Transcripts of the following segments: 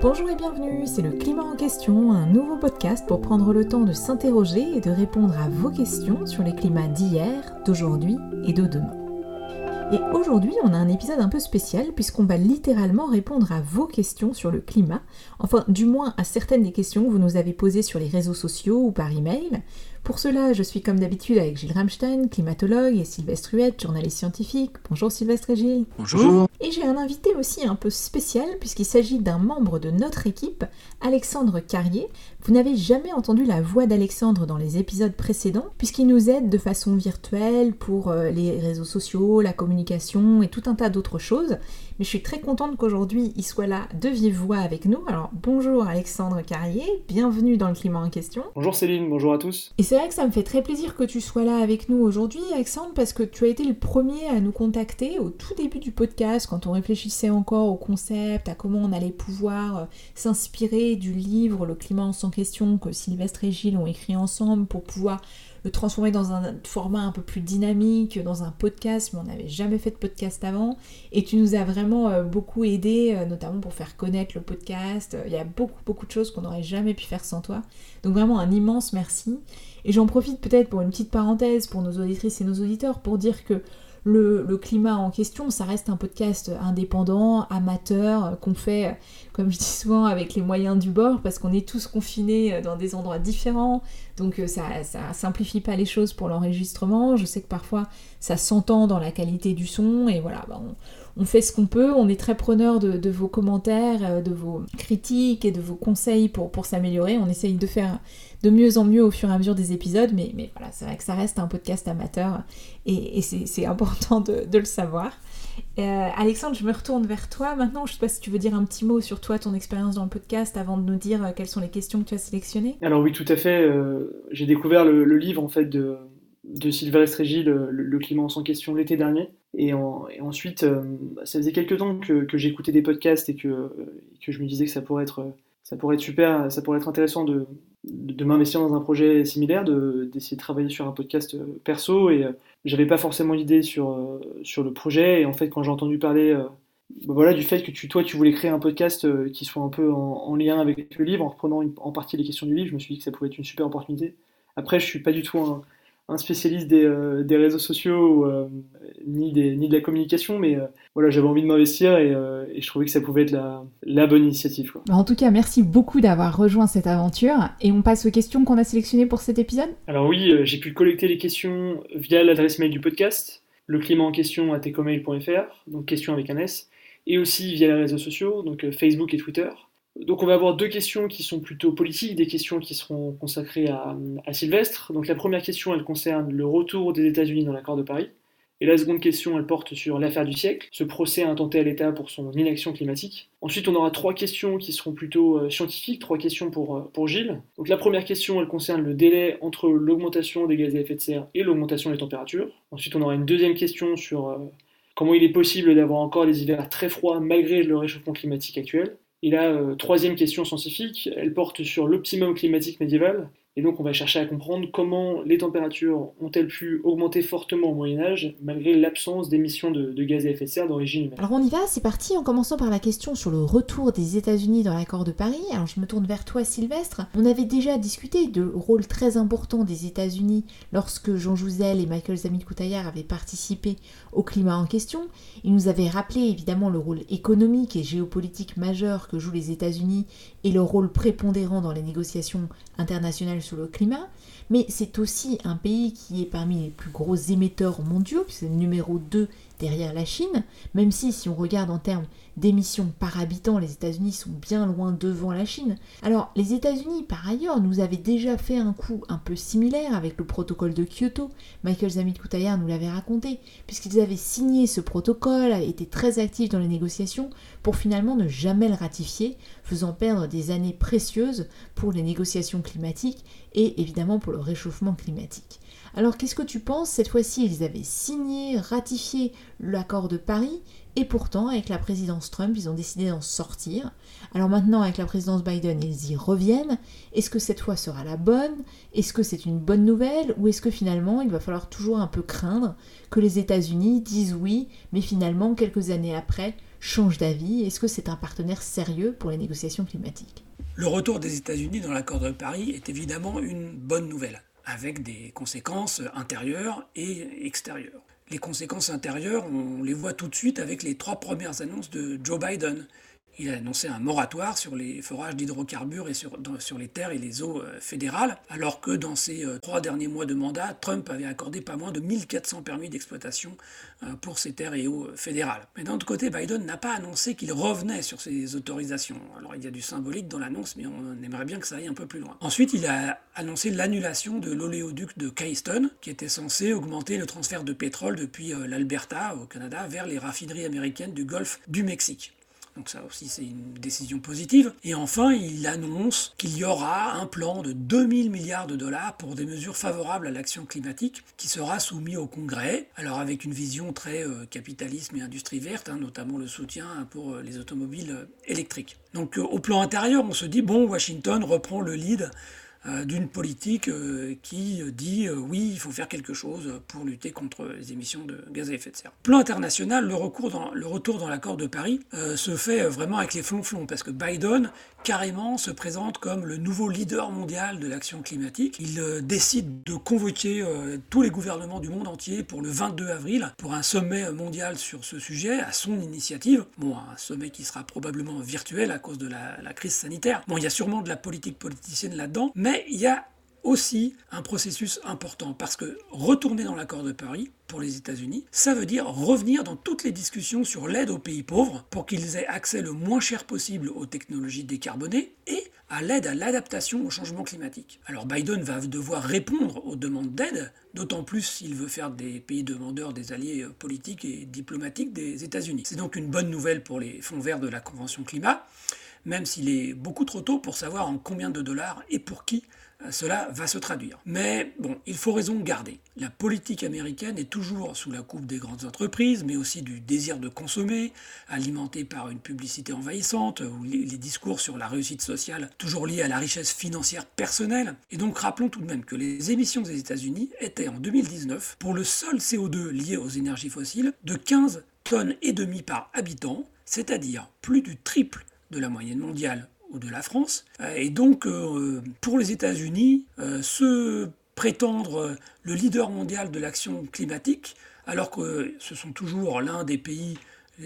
Bonjour et bienvenue, c'est le Climat en question, un nouveau podcast pour prendre le temps de s'interroger et de répondre à vos questions sur les climats d'hier, d'aujourd'hui et de demain. Et aujourd'hui, on a un épisode un peu spécial puisqu'on va littéralement répondre à vos questions sur le climat, enfin du moins à certaines des questions que vous nous avez posées sur les réseaux sociaux ou par email. Pour cela, je suis comme d'habitude avec Gilles Ramstein, climatologue, et Sylvestre Huette, journaliste scientifique. Bonjour Sylvestre et Gilles. Bonjour. Et j'ai un invité aussi un peu spécial puisqu'il s'agit d'un membre de notre équipe, Alexandre Carrier. Vous n'avez jamais entendu la voix d'Alexandre dans les épisodes précédents puisqu'il nous aide de façon virtuelle pour les réseaux sociaux, la communication et tout un tas d'autres choses. Mais je suis très contente qu'aujourd'hui il soit là de vive voix avec nous. Alors bonjour Alexandre Carrier, bienvenue dans le Climat en question. Bonjour Céline, bonjour à tous. Et c'est vrai que ça me fait très plaisir que tu sois là avec nous aujourd'hui Alexandre parce que tu as été le premier à nous contacter au tout début du podcast quand on réfléchissait encore au concept, à comment on allait pouvoir s'inspirer du livre Le climat en sans question que Sylvestre et Gilles ont écrit ensemble pour pouvoir le transformer dans un format un peu plus dynamique, dans un podcast, mais on n'avait jamais fait de podcast avant. Et tu nous as vraiment beaucoup aidé, notamment pour faire connaître le podcast. Il y a beaucoup de choses qu'on n'aurait jamais pu faire sans toi. Donc vraiment un immense merci. Et j'en profite peut-être pour une petite parenthèse pour nos auditrices et nos auditeurs pour dire que le climat en question, ça reste un podcast indépendant, amateur, qu'on fait, comme je dis souvent, avec les moyens du bord, parce qu'on est tous confinés dans des endroits différents, donc ça simplifie pas les choses pour l'enregistrement. Je sais que parfois ça s'entend dans la qualité du son, et voilà, on fait ce qu'on peut, on est très preneur de vos commentaires, de vos critiques et de vos conseils pour s'améliorer. On essaye de faire de mieux en mieux au fur et à mesure des épisodes, mais voilà, c'est vrai que ça reste un podcast amateur et c'est important de le savoir. Alexandre, je me retourne vers toi maintenant. Je sais pas si tu veux dire un petit mot sur toi, ton expérience dans le podcast, avant de nous dire quelles sont les questions que tu as sélectionnées. Alors oui, tout à fait. J'ai découvert le livre en fait de Sylvestre et Gilles, le climat en sans question, l'été dernier. Et ensuite, ça faisait quelques temps que j'écoutais des podcasts et que je me disais que ça pourrait être super, ça pourrait être intéressant de m'investir dans un projet similaire, d'essayer de travailler sur un podcast perso. Et j'avais pas forcément d'idée sur le projet. Et en fait, quand j'ai entendu parler voilà, du fait que tu voulais créer un podcast qui soit un peu en lien avec le livre, en reprenant en partie les questions du livre, je me suis dit que ça pouvait être une super opportunité. Après, je suis pas du tout un spécialiste des réseaux sociaux ni de la communication, mais voilà, j'avais envie de m'investir et je trouvais que ça pouvait être la bonne initiative, quoi. En tout cas, merci beaucoup d'avoir rejoint cette aventure et on passe aux questions qu'on a sélectionnées pour cet épisode. Alors oui, j'ai pu collecter les questions via l'adresse mail du podcast, leclimatenquestion@ecomail.fr, donc question avec un S, et aussi via les réseaux sociaux, donc Facebook et Twitter. Donc on va avoir deux questions qui sont plutôt politiques, des questions qui seront consacrées à Sylvestre. Donc la première question, elle concerne le retour des États-Unis dans l'accord de Paris. Et la seconde question, elle porte sur l'affaire du siècle, ce procès intenté à l'État pour son inaction climatique. Ensuite, on aura trois questions qui seront plutôt scientifiques, trois questions pour Gilles. Donc la première question, elle concerne le délai entre l'augmentation des gaz à effet de serre et l'augmentation des températures. Ensuite, on aura une deuxième question sur comment il est possible d'avoir encore des hivers très froids malgré le réchauffement climatique actuel. Et la troisième question scientifique, elle porte sur l'optimum climatique médiéval. Et donc on va chercher à comprendre comment les températures ont-elles pu augmenter fortement au Moyen-Âge, malgré l'absence d'émissions de gaz à effet de serre d'origine humaine. Alors on y va, c'est parti, en commençant par la question sur le retour des États-Unis dans l'accord de Paris. Alors je me tourne vers toi Sylvestre. On avait déjà discuté du rôle très important des États-Unis lorsque Jean Jouzel et Michael Zamit-Koutaïar avaient participé au climat en question. Ils nous avaient rappelé évidemment le rôle économique et géopolitique majeur que jouent les États-Unis et leur rôle prépondérant dans les négociations internationales sur le climat, mais c'est aussi un pays qui est parmi les plus gros émetteurs mondiaux, puisque c'est le numéro 2 derrière la Chine, même si on regarde en termes d'émissions par habitant, les États-Unis sont bien loin devant la Chine. Alors, les États-Unis, par ailleurs, nous avaient déjà fait un coup un peu similaire avec le protocole de Kyoto. Michael Zamit-Koutaïar nous l'avait raconté, puisqu'ils avaient signé ce protocole, étaient très actifs dans les négociations, pour finalement ne jamais le ratifier, faisant perdre des années précieuses pour les négociations climatiques et évidemment pour le réchauffement climatique. Alors qu'est-ce que tu penses? Cette fois-ci, ils avaient signé, ratifié l'accord de Paris, et pourtant, avec la présidence Trump, ils ont décidé d'en sortir. Alors maintenant, avec la présidence Biden, ils y reviennent. Est-ce que cette fois sera la bonne? Est-ce que c'est une bonne nouvelle? Ou est-ce que finalement, il va falloir toujours un peu craindre que les États-Unis disent oui, mais finalement, quelques années après, change d'avis? Est-ce que c'est un partenaire sérieux pour les négociations climatiques? Le retour des États-Unis dans l'accord de Paris est évidemment une bonne nouvelle, avec des conséquences intérieures et extérieures. Les conséquences intérieures, on les voit tout de suite avec les 3 premières annonces de Joe Biden. Il a annoncé un moratoire sur les forages d'hydrocarbures et sur les terres et les eaux fédérales, alors que dans ses 3 derniers mois de mandat, Trump avait accordé pas moins de 1400 permis d'exploitation pour ces terres et eaux fédérales. Mais d'un autre côté, Biden n'a pas annoncé qu'il revenait sur ces autorisations. Alors il y a du symbolique dans l'annonce, mais on aimerait bien que ça aille un peu plus loin. Ensuite, il a annoncé l'annulation de l'oléoduc de Keystone, qui était censé augmenter le transfert de pétrole depuis l'Alberta, au Canada, vers les raffineries américaines du golfe du Mexique. Donc ça aussi c'est une décision positive. Et enfin, il annonce qu'il y aura un plan de 2000 milliards de dollars pour des mesures favorables à l'action climatique qui sera soumis au Congrès, alors avec une vision très capitalisme et industrie verte, notamment le soutien pour les automobiles électriques. Donc au plan intérieur, on se dit, bon, Washington reprend le lead d'une politique qui dit oui, il faut faire quelque chose pour lutter contre les émissions de gaz à effet de serre. Plan international, le retour dans l'accord de Paris se fait vraiment avec les flonflons, parce que Biden carrément se présente comme le nouveau leader mondial de l'action climatique. Il décide de convoquer tous les gouvernements du monde entier pour le 22 avril pour un sommet mondial sur ce sujet, à son initiative. Bon, un sommet qui sera probablement virtuel à cause de la crise sanitaire. Bon, il y a sûrement de la politique politicienne là-dedans, mais il y a aussi un processus important, parce que retourner dans l'accord de Paris, pour les États-Unis, ça veut dire revenir dans toutes les discussions sur l'aide aux pays pauvres pour qu'ils aient accès le moins cher possible aux technologies décarbonées et à l'aide à l'adaptation au changement climatique. Alors Biden va devoir répondre aux demandes d'aide, d'autant plus s'il veut faire des pays demandeurs des alliés politiques et diplomatiques des États-Unis. C'est donc une bonne nouvelle pour les fonds verts de la Convention climat, même s'il est beaucoup trop tôt pour savoir en combien de dollars et pour qui cela va se traduire. Mais bon, il faut raison garder. La politique américaine est toujours sous la coupe des grandes entreprises, mais aussi du désir de consommer, alimenté par une publicité envahissante, ou les discours sur la réussite sociale, toujours liés à la richesse financière personnelle. Et donc rappelons tout de même que les émissions des États-Unis étaient en 2019, pour le seul CO2 lié aux énergies fossiles, de 15 tonnes et demie par habitant, c'est-à-dire plus du triple de la moyenne mondiale ou de la France. Et donc, pour les États-Unis, se prétendre le leader mondial de l'action climatique, alors que ce sont toujours l'un des pays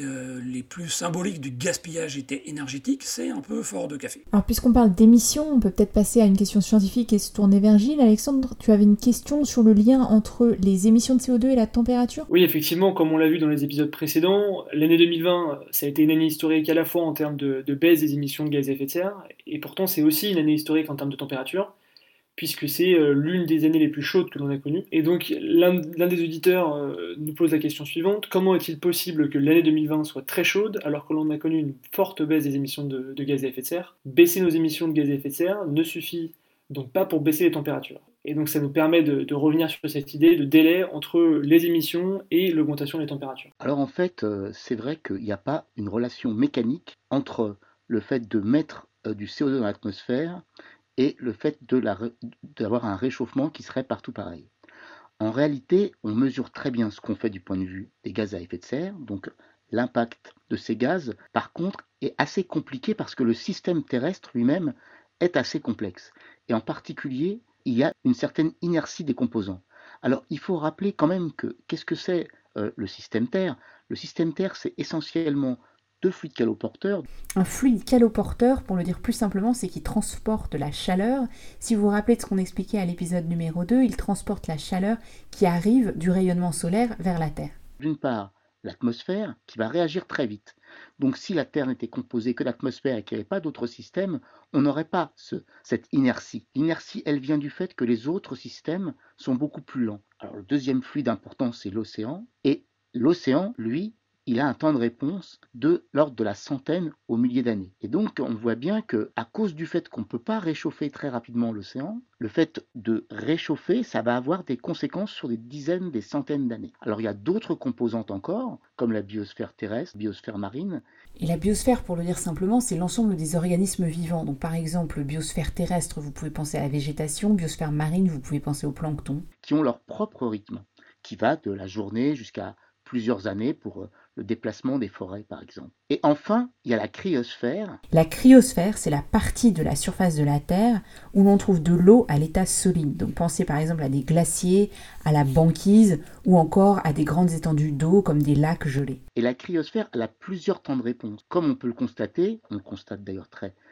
les plus symboliques du gaspillage énergétique, c'est un peu fort de café. Alors puisqu'on parle d'émissions, on peut peut-être passer à une question scientifique et se tourner vers Gilles. Alexandre, tu avais une question sur le lien entre les émissions de CO2 et la température ? Oui, effectivement, comme on l'a vu dans les épisodes précédents, l'année 2020, ça a été une année historique à la fois en termes de baisse des émissions de gaz à effet de serre, et pourtant c'est aussi une année historique en termes de température, puisque c'est l'une des années les plus chaudes que l'on a connues. Et donc l'un des auditeurs nous pose la question suivante: comment est-il possible que l'année 2020 soit très chaude alors que l'on a connu une forte baisse des émissions de gaz à effet de serre? Baisser nos émissions de gaz à effet de serre ne suffit donc pas pour baisser les températures. Et donc ça nous permet de revenir sur cette idée de délai entre les émissions et l'augmentation des températures. Alors en fait, c'est vrai qu'il n'y a pas une relation mécanique entre le fait de mettre du CO2 dans l'atmosphère et le fait d'avoir un réchauffement qui serait partout pareil. En réalité, on mesure très bien ce qu'on fait du point de vue des gaz à effet de serre, donc l'impact de ces gaz, par contre, est assez compliqué parce que le système terrestre lui-même est assez complexe. Et en particulier, il y a une certaine inertie des composants. Alors, il faut rappeler quand même qu'est-ce que c'est le système Terre ? Le système Terre, c'est essentiellement 2 fluides caloporteurs. Un fluide caloporteur, pour le dire plus simplement, c'est qu'il transporte la chaleur. Si vous vous rappelez de ce qu'on expliquait à l'épisode numéro 2, il transporte la chaleur qui arrive du rayonnement solaire vers la Terre. D'une part, l'atmosphère qui va réagir très vite. Donc si la Terre n'était composée que d'atmosphère et qu'il n'y avait pas d'autres systèmes, on n'aurait pas cette inertie. L'inertie, elle vient du fait que les autres systèmes sont beaucoup plus lents. Alors le deuxième fluide important, c'est l'océan. Et l'océan, lui, il a un temps de réponse de l'ordre de la centaine aux milliers d'années. Et donc, on voit bien qu'à cause du fait qu'on ne peut pas réchauffer très rapidement l'océan, le fait de réchauffer, ça va avoir des conséquences sur des dizaines, des centaines d'années. Alors, il y a d'autres composantes encore, comme la biosphère terrestre, la biosphère marine. Et la biosphère, pour le dire simplement, c'est l'ensemble des organismes vivants. Donc, par exemple, biosphère terrestre, vous pouvez penser à la végétation, biosphère marine, vous pouvez penser au plancton. Qui ont leur propre rythme, qui va de la journée jusqu'à plusieurs années pour le déplacement des forêts, par exemple. Et enfin, il y a la cryosphère. La cryosphère, c'est la partie de la surface de la Terre où l'on trouve de l'eau à l'état solide. Donc pensez par exemple à des glaciers, à la banquise ou encore à des grandes étendues d'eau comme des lacs gelés. Et la cryosphère, elle a plusieurs temps de réponse. Comme on peut le constater, on le constate d'ailleurs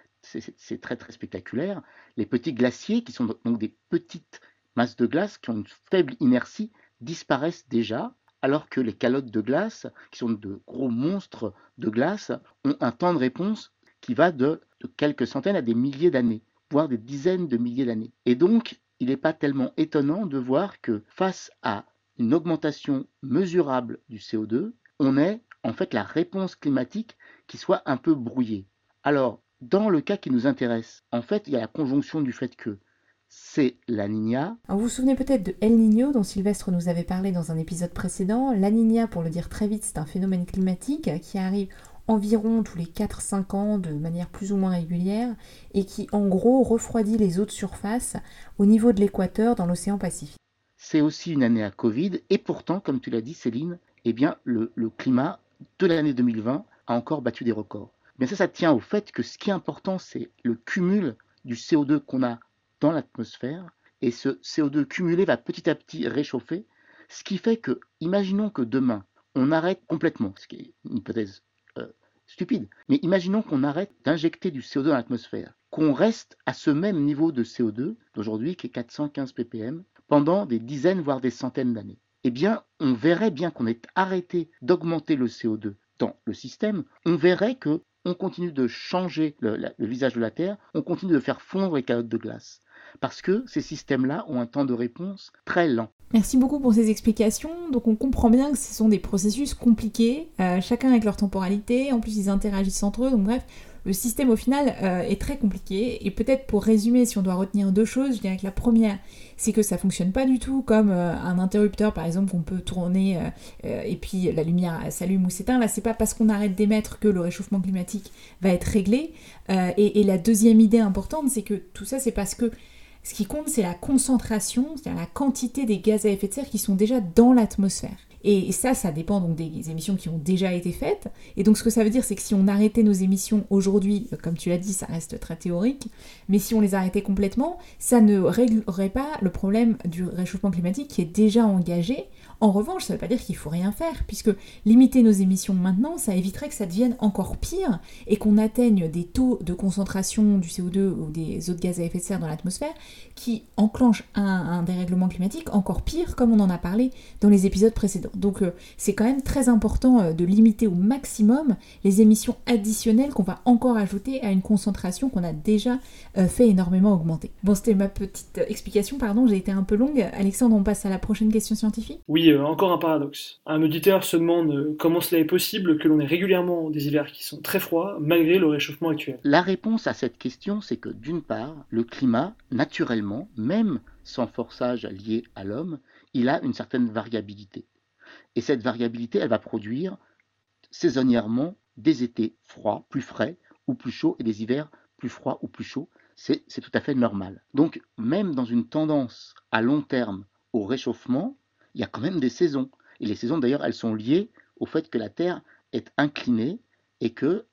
c'est très très spectaculaire, les petits glaciers, qui sont donc des petites masses de glace qui ont une faible inertie, disparaissent déjà, alors que les calottes de glace, qui sont de gros monstres de glace, ont un temps de réponse qui va de quelques centaines à des milliers d'années, voire des dizaines de milliers d'années. Et donc, il n'est pas tellement étonnant de voir que face à une augmentation mesurable du CO2, on ait en fait la réponse climatique qui soit un peu brouillée. Alors, dans le cas qui nous intéresse, en fait, il y a la conjonction du fait que c'est la Niña. Alors vous vous souvenez peut-être de El Niño dont Sylvestre nous avait parlé dans un épisode précédent. La Niña, pour le dire très vite, c'est un phénomène climatique qui arrive environ tous les 4-5 ans de manière plus ou moins régulière et qui en gros refroidit les eaux de surface au niveau de l'équateur dans l'océan Pacifique. C'est aussi une année à Covid et pourtant, comme tu l'as dit Céline, eh bien, le climat de l'année 2020 a encore battu des records. Mais ça tient au fait que ce qui est important, c'est le cumul du CO2 qu'on a dans l'atmosphère, et ce CO2 cumulé va petit à petit réchauffer, ce qui fait que, imaginons que demain, on arrête complètement, ce qui est une hypothèse stupide, mais imaginons qu'on arrête d'injecter du CO2 dans l'atmosphère, qu'on reste à ce même niveau de CO2 d'aujourd'hui, qui est 415 ppm, pendant des dizaines, voire des centaines d'années. Eh bien, on verrait bien qu'on ait arrêté d'augmenter le CO2 dans le système, on verrait que on continue de changer le visage de la Terre, on continue de faire fondre les calottes de glace. Parce que ces systèmes-là ont un temps de réponse très lent. Merci beaucoup pour ces explications. Donc on comprend bien que ce sont des processus compliqués, chacun avec leur temporalité, en plus ils interagissent entre eux, donc bref, le système au final est très compliqué. Et peut-être pour résumer, si on doit retenir deux choses, je dirais que la première, c'est que ça fonctionne pas du tout comme un interrupteur par exemple qu'on peut tourner et puis la lumière s'allume ou s'éteint. Là c'est pas parce qu'on arrête d'émettre que le réchauffement climatique va être réglé. Et la deuxième idée importante, c'est que tout ça c'est parce que ce qui compte, c'est la concentration, c'est-à-dire la quantité des gaz à effet de serre qui sont déjà dans l'atmosphère. Et ça dépend donc des émissions qui ont déjà été faites. Et donc ce que ça veut dire, c'est que si on arrêtait nos émissions aujourd'hui, comme tu l'as dit, ça reste très théorique, mais si on les arrêtait complètement, ça ne réglerait pas le problème du réchauffement climatique qui est déjà engagé. En revanche, ça ne veut pas dire qu'il ne faut rien faire, puisque limiter nos émissions maintenant, ça éviterait que ça devienne encore pire et qu'on atteigne des taux de concentration du CO2 ou des autres gaz à effet de serre dans l'atmosphère qui enclenchent un dérèglement climatique encore pire, comme on en a parlé dans les épisodes précédents. Donc c'est quand même très important de limiter au maximum les émissions additionnelles qu'on va encore ajouter à une concentration qu'on a déjà fait énormément augmenter. Bon, c'était ma petite explication, pardon, j'ai été un peu longue. Alexandre, on passe à la prochaine question scientifique ? Oui, encore un paradoxe. Un auditeur se demande comment cela est possible que l'on ait régulièrement des hivers qui sont très froids malgré le réchauffement actuel. La réponse à cette question, c'est que d'une part, le climat, naturellement, même sans forçage lié à l'homme, il a une certaine variabilité. Et cette variabilité, elle va produire saisonnièrement des étés froids, plus frais ou plus chauds, et des hivers plus froids ou plus chauds. C'est tout à fait normal. Donc, même dans une tendance à long terme au réchauffement, il y a quand même des saisons. Et les saisons, d'ailleurs, elles sont liées au fait que la Terre est inclinée et que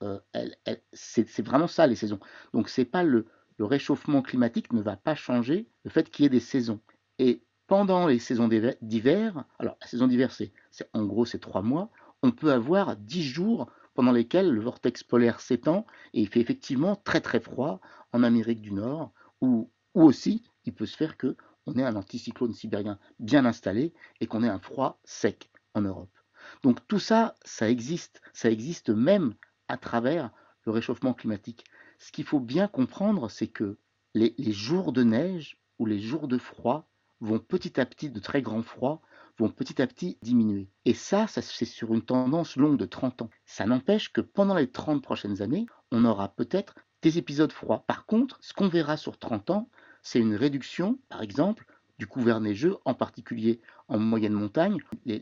c'est vraiment ça, les saisons. Donc, c'est pas le réchauffement climatique ne va pas changer le fait qu'il y ait des saisons. Et pendant les saisons d'hiver, alors la saison d'hiver, en gros, c'est 3 mois, on peut avoir 10 jours pendant lesquels le vortex polaire s'étend et il fait effectivement très très froid en Amérique du Nord, ou aussi, il peut se faire qu'on ait un anticyclone sibérien bien installé et qu'on ait un froid sec en Europe. Donc tout ça, ça existe même à travers le réchauffement climatique. Ce qu'il faut bien comprendre, c'est que les jours de neige ou les jours de froid vont petit à petit, de très grands froids, vont petit à petit diminuer. Et ça c'est sur une tendance longue de 30 ans. Ça n'empêche que pendant les 30 prochaines années, on aura peut-être des épisodes froids. Par contre, ce qu'on verra sur 30 ans, c'est une réduction, par exemple, du couvert neigeux, en particulier en moyenne montagne.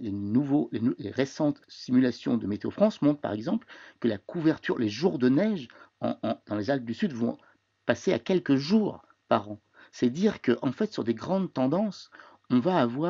Les récentes simulations de Météo France montrent par exemple que la couverture, les jours de neige dans les Alpes du Sud vont passer à quelques jours par an. C'est dire qu'en fait, sur des grandes tendances, on va avoir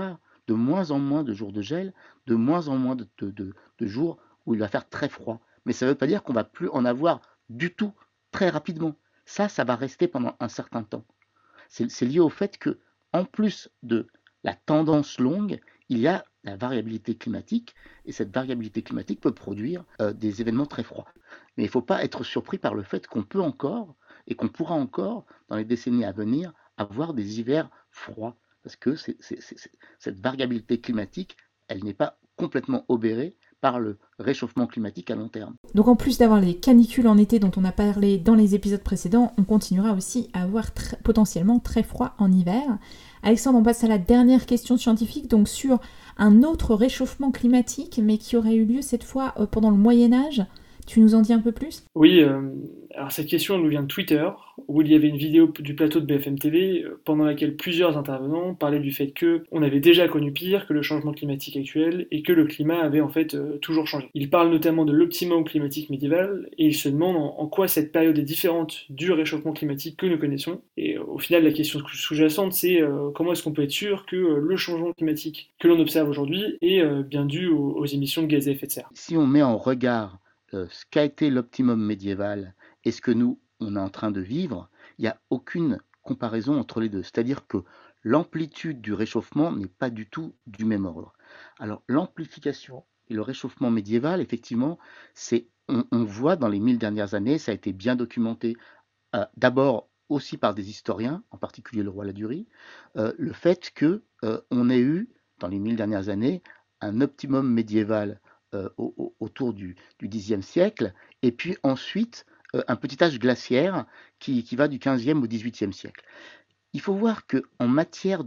de moins en moins de jours de gel, de moins en moins de jours où il va faire très froid. Mais ça ne veut pas dire qu'on va plus en avoir du tout très rapidement. Ça va rester pendant un certain temps. C'est lié au fait que, en plus de la tendance longue, il y a la variabilité climatique, et cette variabilité climatique peut produire des événements très froids. Mais il ne faut pas être surpris par le fait qu'on peut encore, et qu'on pourra encore, dans les décennies à venir, avoir des hivers froids, parce que cette variabilité climatique, elle n'est pas complètement obérée par le réchauffement climatique à long terme. Donc en plus d'avoir les canicules en été dont on a parlé dans les épisodes précédents, on continuera aussi à avoir potentiellement très froid en hiver. Alexandre, on passe à la dernière question scientifique, donc sur un autre réchauffement climatique, mais qui aurait eu lieu cette fois pendant le Moyen-Âge. Tu nous en dis un peu plus ? Oui, alors cette question elle nous vient de Twitter, où il y avait une vidéo du plateau de BFM TV pendant laquelle plusieurs intervenants parlaient du fait que on avait déjà connu pire que le changement climatique actuel et que le climat avait en fait toujours changé. Ils parlent notamment de l'optimum climatique médiéval et ils se demandent en quoi cette période est différente du réchauffement climatique que nous connaissons. Et au final, la question sous-jacente, c'est comment est-ce qu'on peut être sûr que le changement climatique que l'on observe aujourd'hui est bien dû aux émissions de gaz à effet de serre. Si on met en regard ce qu'a été l'optimum médiéval et ce que nous, on est en train de vivre, il n'y a aucune comparaison entre les deux. C'est-à-dire que l'amplitude du réchauffement n'est pas du tout du même ordre. Alors l'amplification et le réchauffement médiéval, effectivement, on voit dans les 1000 dernières années, ça a été bien documenté, d'abord aussi par des historiens, en particulier le roi Ladurie, le fait qu'on ait eu, dans les 1000 dernières années, un optimum médiéval autour du Xe siècle, et puis ensuite un petit âge glaciaire qui va du XVe au XVIIIe siècle. Il faut voir qu'en matière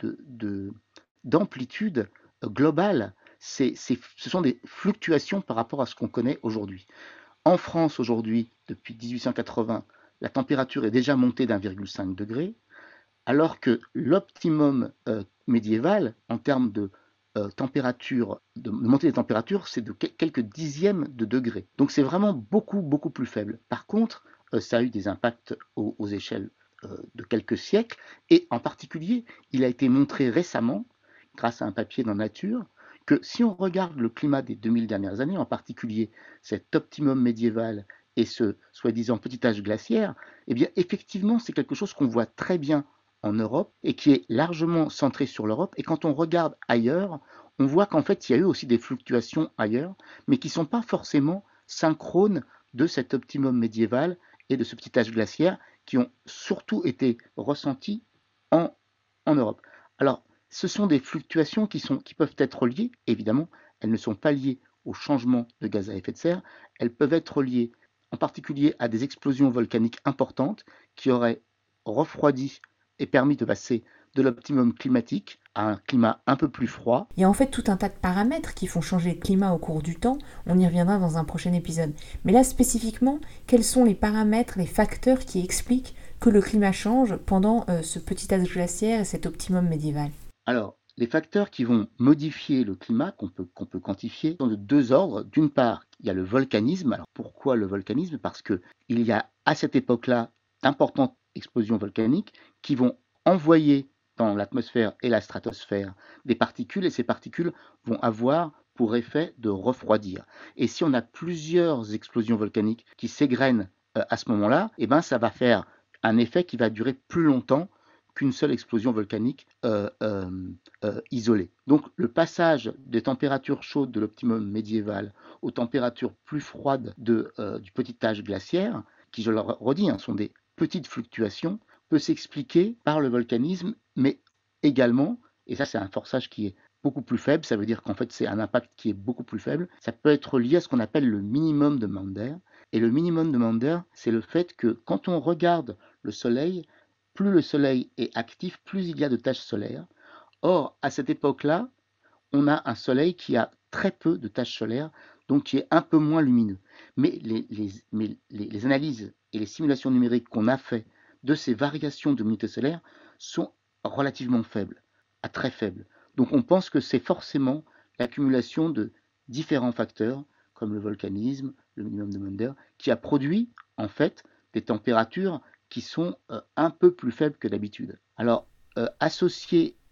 d'amplitude globale, ce sont des fluctuations par rapport à ce qu'on connaît aujourd'hui. En France aujourd'hui, depuis 1880, la température est déjà montée d'1,5 degré, alors que l'optimum médiéval, en termes de température, de montée des températures, c'est de quelques dixièmes de degrés. Donc c'est vraiment beaucoup, beaucoup plus faible. Par contre, ça a eu des impacts aux échelles de quelques siècles, et en particulier, il a été montré récemment, grâce à un papier dans Nature, que si on regarde le climat des 2000 dernières années, en particulier cet optimum médiéval et ce soi-disant petit âge glaciaire, eh bien effectivement c'est quelque chose qu'on voit très bien en Europe et qui est largement centré sur l'Europe. Et quand on regarde ailleurs, on voit qu'en fait il y a eu aussi des fluctuations ailleurs, mais qui ne sont pas forcément synchrones de cet optimum médiéval et de ce petit âge glaciaire qui ont surtout été ressentis en Europe. Alors, ce sont des fluctuations qui peuvent être liées, évidemment, elles ne sont pas liées au changement de gaz à effet de serre, elles peuvent être liées en particulier à des explosions volcaniques importantes qui auraient refroidi et permis de passer de l'optimum climatique à un climat un peu plus froid. Il y a en fait tout un tas de paramètres qui font changer le climat au cours du temps, on y reviendra dans un prochain épisode. Mais là spécifiquement, quels sont les paramètres, les facteurs qui expliquent que le climat change pendant ce petit âge glaciaire et cet optimum médiéval ? Alors, les facteurs qui vont modifier le climat, qu'on peut quantifier, sont de deux ordres. D'une part, il y a le volcanisme. Alors pourquoi le volcanisme ? Parce qu'il y a à cette époque-là d'importantes explosions volcaniques qui vont envoyer dans l'atmosphère et la stratosphère des particules, et ces particules vont avoir pour effet de refroidir. Et si on a plusieurs explosions volcaniques qui s'égrènent à ce moment-là, eh ben, ça va faire un effet qui va durer plus longtemps qu'une seule explosion volcanique isolée. Donc le passage des températures chaudes de l'optimum médiéval aux températures plus froides du petit âge glaciaire, qui je le redis, sont des petites fluctuations, peut s'expliquer par le volcanisme, mais également, et ça c'est un forçage qui est beaucoup plus faible, ça veut dire qu'en fait c'est un impact qui est beaucoup plus faible, ça peut être lié à ce qu'on appelle le minimum de Maunder. Et le minimum de Maunder, c'est le fait que quand on regarde le Soleil, plus le Soleil est actif, plus il y a de taches solaires. Or, à cette époque-là, on a un Soleil qui a très peu de taches solaires, donc qui est un peu moins lumineux. Mais les analyses et les simulations numériques qu'on a fait de ces variations de luminosité solaire sont relativement faibles, à très faibles. Donc on pense que c'est forcément l'accumulation de différents facteurs, comme le volcanisme, le minimum de Maunder, qui a produit en fait des températures qui sont un peu plus faibles que d'habitude. Alors, associer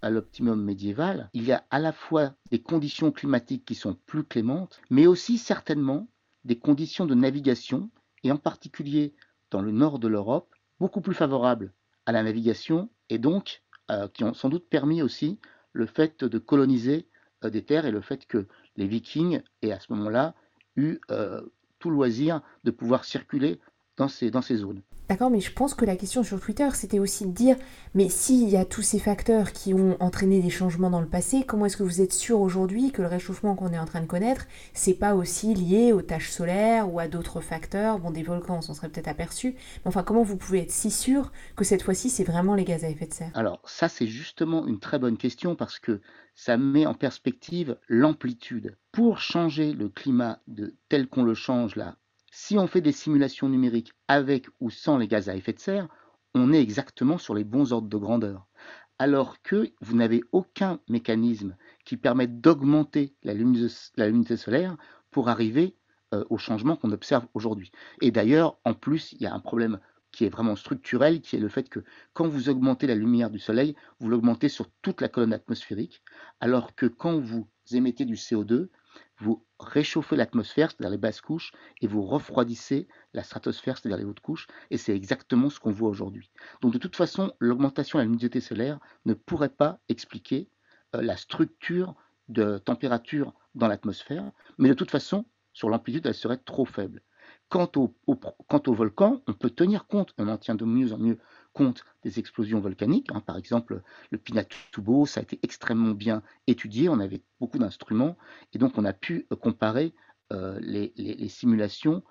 à l'optimum médiéval, il y a à la fois des conditions climatiques qui sont plus clémentes, mais aussi certainement des conditions de navigation, et en particulier dans le nord de l'Europe, beaucoup plus favorables à la navigation, et donc qui ont sans doute permis aussi le fait de coloniser des terres, et le fait que les Vikings aient à ce moment-là eu tout loisir de pouvoir circuler dans ces zones. D'accord, mais je pense que la question sur Twitter, c'était aussi de dire, mais s'il y a tous ces facteurs qui ont entraîné des changements dans le passé, comment est-ce que vous êtes sûr aujourd'hui que le réchauffement qu'on est en train de connaître, c'est pas aussi lié aux taches solaires ou à d'autres facteurs? Bon, des volcans, on s'en serait peut-être aperçu, mais enfin, comment vous pouvez être si sûr que cette fois-ci, c'est vraiment les gaz à effet de serre? Alors ça, c'est justement une très bonne question parce que ça met en perspective l'amplitude. Pour changer le climat tel qu'on le change là, si on fait des simulations numériques avec ou sans les gaz à effet de serre, on est exactement sur les bons ordres de grandeur. Alors que vous n'avez aucun mécanisme qui permette d'augmenter la luminosité solaire pour arriver au changement qu'on observe aujourd'hui. Et d'ailleurs, en plus, il y a un problème qui est vraiment structurel, qui est le fait que quand vous augmentez la lumière du soleil, vous l'augmentez sur toute la colonne atmosphérique, alors que quand vous émettez du CO2, vous réchauffez l'atmosphère, c'est-à-dire les basses couches, et vous refroidissez la stratosphère, c'est-à-dire les hautes couches, et c'est exactement ce qu'on voit aujourd'hui. Donc de toute façon, l'augmentation de la luminosité solaire ne pourrait pas expliquer la structure de température dans l'atmosphère, mais de toute façon, sur l'amplitude, elle serait trop faible. Quant au volcan, on peut tenir compte, on en tient de mieux en mieux compte des explosions volcaniques. Par exemple, le Pinatubo, ça a été extrêmement bien étudié, on avait beaucoup d'instruments, et donc on a pu comparer les simulations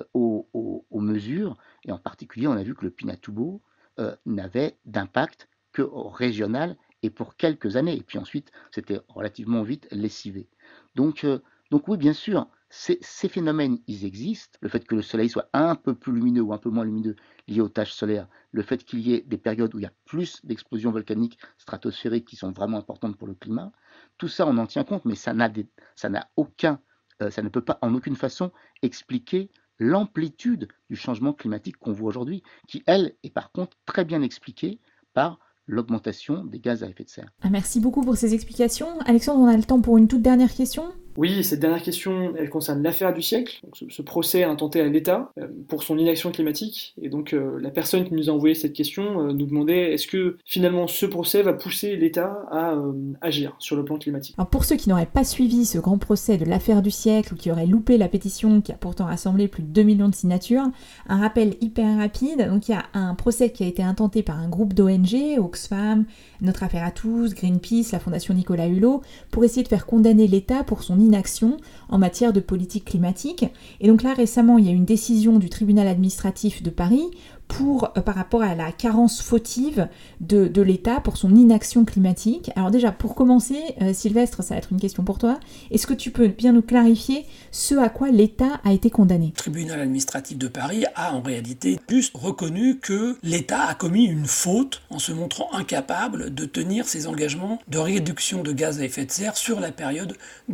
aux mesures, et en particulier, on a vu que le Pinatubo n'avait d'impact que régional et pour quelques années, et puis ensuite, c'était relativement vite lessivé. Donc oui, bien sûr, ces phénomènes, ils existent. Le fait que le soleil soit un peu plus lumineux ou un peu moins lumineux lié aux taches solaires, le fait qu'il y ait des périodes où il y a plus d'explosions volcaniques stratosphériques qui sont vraiment importantes pour le climat, tout ça, on en tient compte, mais ça ne peut pas en aucune façon expliquer l'amplitude du changement climatique qu'on voit aujourd'hui, qui, elle, est par contre très bien expliquée par l'augmentation des gaz à effet de serre. Merci beaucoup pour ces explications. Alexandre, on a le temps pour une toute dernière question. Oui, cette dernière question, elle concerne l'affaire du siècle, donc ce procès intenté à l'État pour son inaction climatique. Et donc la personne qui nous a envoyé cette question nous demandait est-ce que finalement ce procès va pousser l'État à agir sur le plan climatique. Alors pour ceux qui n'auraient pas suivi ce grand procès de l'affaire du siècle ou qui auraient loupé la pétition qui a pourtant rassemblé plus de 2 millions de signatures, un rappel hyper rapide. Donc il y a un procès qui a été intenté par un groupe d'ONG, Oxfam, Notre Affaire à tous, Greenpeace, la Fondation Nicolas Hulot, pour essayer de faire condamner l'État pour son inaction en matière de politique climatique. Et donc là, récemment, il y a une décision du tribunal administratif de Paris par rapport à la carence fautive de l'État pour son inaction climatique. Alors déjà, pour commencer, Sylvestre, ça va être une question pour toi. Est-ce que tu peux bien nous clarifier ce à quoi l'État a été condamné ? Le tribunal administratif de Paris a en réalité juste reconnu que l'État a commis une faute en se montrant incapable de tenir ses engagements de réduction de gaz à effet de serre sur la période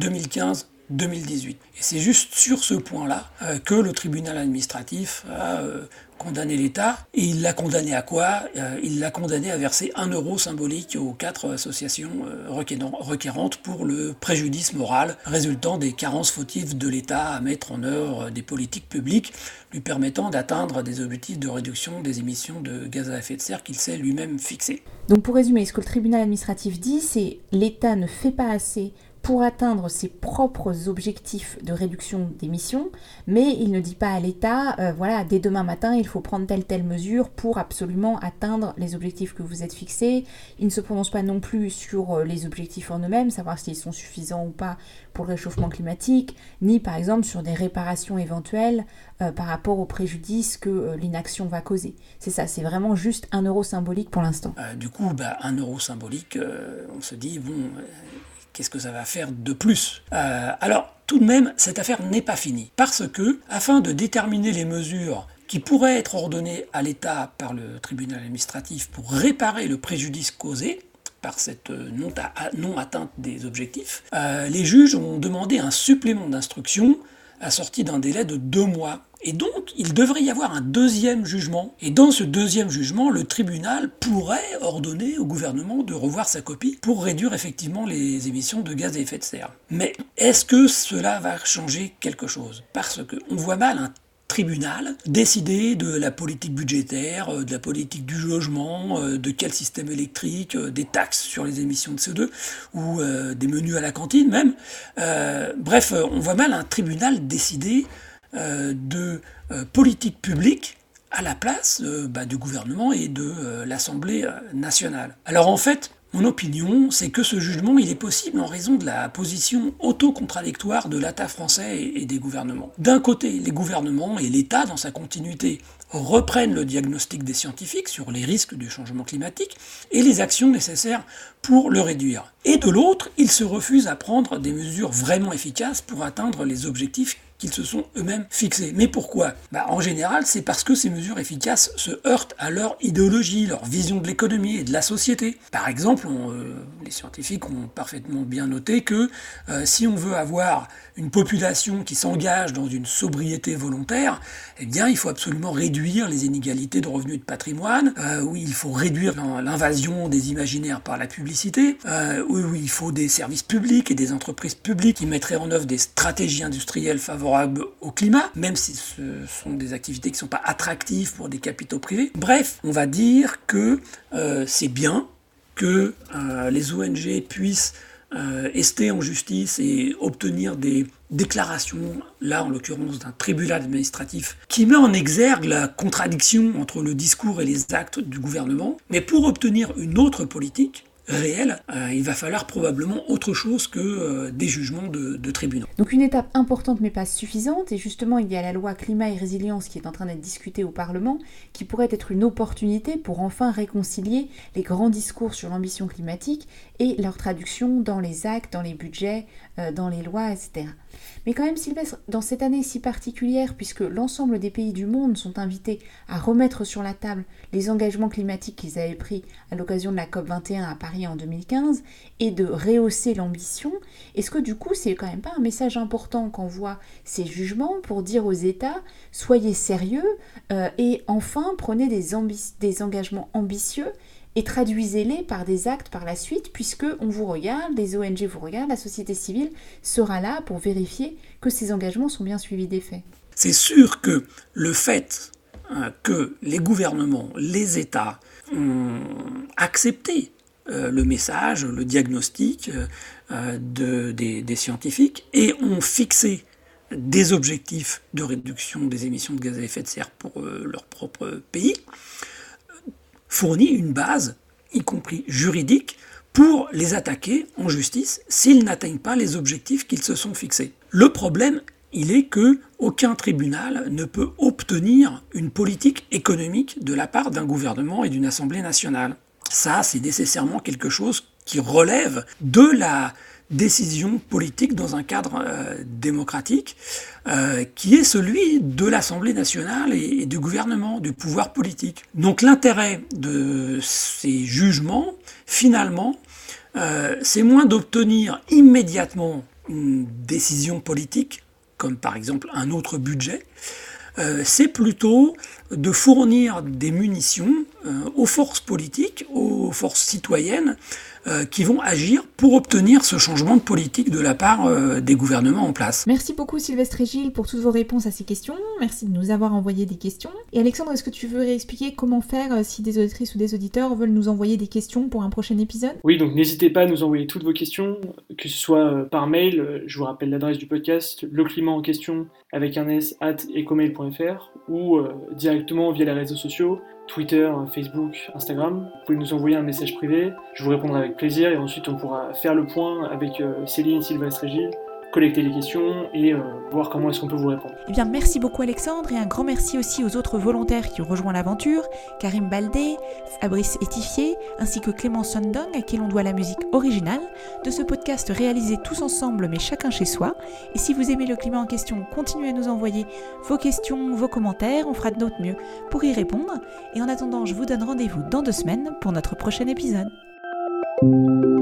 2015-2018. Et c'est juste sur ce point-là que le tribunal administratif a condamné l'État. Et il l'a condamné à quoi ? Il l'a condamné à verser 1 euro symbolique aux 4 associations requérantes pour le préjudice moral résultant des carences fautives de l'État à mettre en œuvre des politiques publiques lui permettant d'atteindre des objectifs de réduction des émissions de gaz à effet de serre qu'il s'est lui-même fixés. Donc pour résumer, ce que le tribunal administratif dit, c'est l'État ne fait pas assez pour atteindre ses propres objectifs de réduction d'émissions, mais il ne dit pas à l'État, voilà, dès demain matin, il faut prendre telle mesure pour absolument atteindre les objectifs que vous êtes fixés. Il ne se prononce pas non plus sur les objectifs en eux-mêmes, savoir s'ils sont suffisants ou pas pour le réchauffement climatique, ni par exemple sur des réparations éventuelles par rapport aux préjudices que l'inaction va causer. C'est ça, c'est vraiment juste 1 euro symbolique pour l'instant. Du coup, 1 euro symbolique, on se dit, qu'est-ce que ça va faire de plus ? Alors, tout de même, cette affaire n'est pas finie. Parce que, afin de déterminer les mesures qui pourraient être ordonnées à l'État par le tribunal administratif pour réparer le préjudice causé par cette non-atteinte des objectifs, les juges ont demandé un supplément d'instruction assorti d'un délai de 2 mois Et donc, il devrait y avoir un deuxième jugement. Et dans ce deuxième jugement, le tribunal pourrait ordonner au gouvernement de revoir sa copie pour réduire effectivement les émissions de gaz à effet de serre. Mais est-ce que cela va changer quelque chose ? Parce qu'on voit mal un tribunal décider de la politique budgétaire, de la politique du logement, de quel système électrique, des taxes sur les émissions de CO2 ou des menus à la cantine même. Bref, on voit mal un tribunal décider de politique publique à la place du gouvernement et de l'Assemblée nationale. Alors en fait, mon opinion, c'est que ce jugement, il est possible en raison de la position autocontradictoire de l'État français et des gouvernements. D'un côté, les gouvernements et l'État, dans sa continuité, reprennent le diagnostic des scientifiques sur les risques du changement climatique et les actions nécessaires pour le réduire. Et de l'autre, ils se refusent à prendre des mesures vraiment efficaces pour atteindre les objectifs qu'ils se sont eux-mêmes fixés. Mais pourquoi ? En général, c'est parce que ces mesures efficaces se heurtent à leur idéologie, leur vision de l'économie et de la société. Par exemple, les scientifiques ont parfaitement bien noté que si on veut avoir une population qui s'engage dans une sobriété volontaire, eh bien, il faut absolument réduire les inégalités de revenus et de patrimoine, oui, il faut réduire l'invasion des imaginaires par la publicité, oui, il faut des services publics et des entreprises publiques qui mettraient en œuvre des stratégies industrielles favorables au climat, même si ce sont des activités qui ne sont pas attractives pour des capitaux privés. Bref, on va dire que c'est bien que les ONG puissent ester en justice et obtenir des déclaration, là en l'occurrence d'un tribunal administratif, qui met en exergue la contradiction entre le discours et les actes du gouvernement. Mais pour obtenir une autre politique réelle, il va falloir probablement autre chose que des jugements de tribunaux. Donc une étape importante mais pas suffisante, et justement il y a la loi climat et résilience qui est en train d'être discutée au Parlement, qui pourrait être une opportunité pour enfin réconcilier les grands discours sur l'ambition climatique et leur traduction dans les actes, dans les budgets, dans les lois, etc. Mais quand même, Sylvestre, dans cette année si particulière, puisque l'ensemble des pays du monde sont invités à remettre sur la table les engagements climatiques qu'ils avaient pris à l'occasion de la COP21 à Paris en 2015, et de rehausser l'ambition, est-ce que du coup, c'est quand même pas un message important qu'envoient ces jugements pour dire aux États, soyez sérieux et enfin prenez des engagements ambitieux et traduisez-les par des actes par la suite, puisque on vous regarde, les ONG vous regardent, la société civile sera là pour vérifier que ces engagements sont bien suivis des faits. C'est sûr que le fait que les gouvernements, les États ont accepté le message, le diagnostic des scientifiques et ont fixé des objectifs de réduction des émissions de gaz à effet de serre pour leur propre pays, fournit une base, y compris juridique, pour les attaquer en justice s'ils n'atteignent pas les objectifs qu'ils se sont fixés. Le problème, il est que aucun tribunal ne peut obtenir une politique économique de la part d'un gouvernement et d'une assemblée nationale. Ça, c'est nécessairement quelque chose qui relève de la décision politique dans un cadre démocratique qui est celui de l'Assemblée nationale et du gouvernement, du pouvoir politique. Donc l'intérêt de ces jugements, finalement, c'est moins d'obtenir immédiatement une décision politique, comme par exemple un autre budget, c'est plutôt de fournir des munitions aux forces politiques, aux forces citoyennes qui vont agir pour obtenir ce changement de politique de la part des gouvernements en place. Merci beaucoup Sylvestre et Gilles pour toutes vos réponses à ces questions. Merci de nous avoir envoyé des questions. Et Alexandre, est-ce que tu veux réexpliquer comment faire si des auditrices ou des auditeurs veulent nous envoyer des questions pour un prochain épisode ? Oui, donc n'hésitez pas à nous envoyer toutes vos questions, que ce soit par mail, je vous rappelle l'adresse du podcast, le climat en question avec un s @ecomail.fr, ou directement via les réseaux sociaux, Twitter, Facebook, Instagram. Vous pouvez nous envoyer un message privé, je vous répondrai avec plaisir et ensuite on pourra faire le point avec Céline, Sylvestre et Gilles, collecter les questions et voir comment est-ce qu'on peut vous répondre. Eh bien, merci beaucoup Alexandre et un grand merci aussi aux autres volontaires qui ont rejoint l'aventure, Karim Baldé, Fabrice Étifier, ainsi que Clément Sondong à qui l'on doit la musique originale de ce podcast réalisé tous ensemble mais chacun chez soi. Et si vous aimez le climat en question, continuez à nous envoyer vos questions, vos commentaires, on fera de notre mieux pour y répondre. Et en attendant, je vous donne rendez-vous dans 2 semaines pour notre prochain épisode.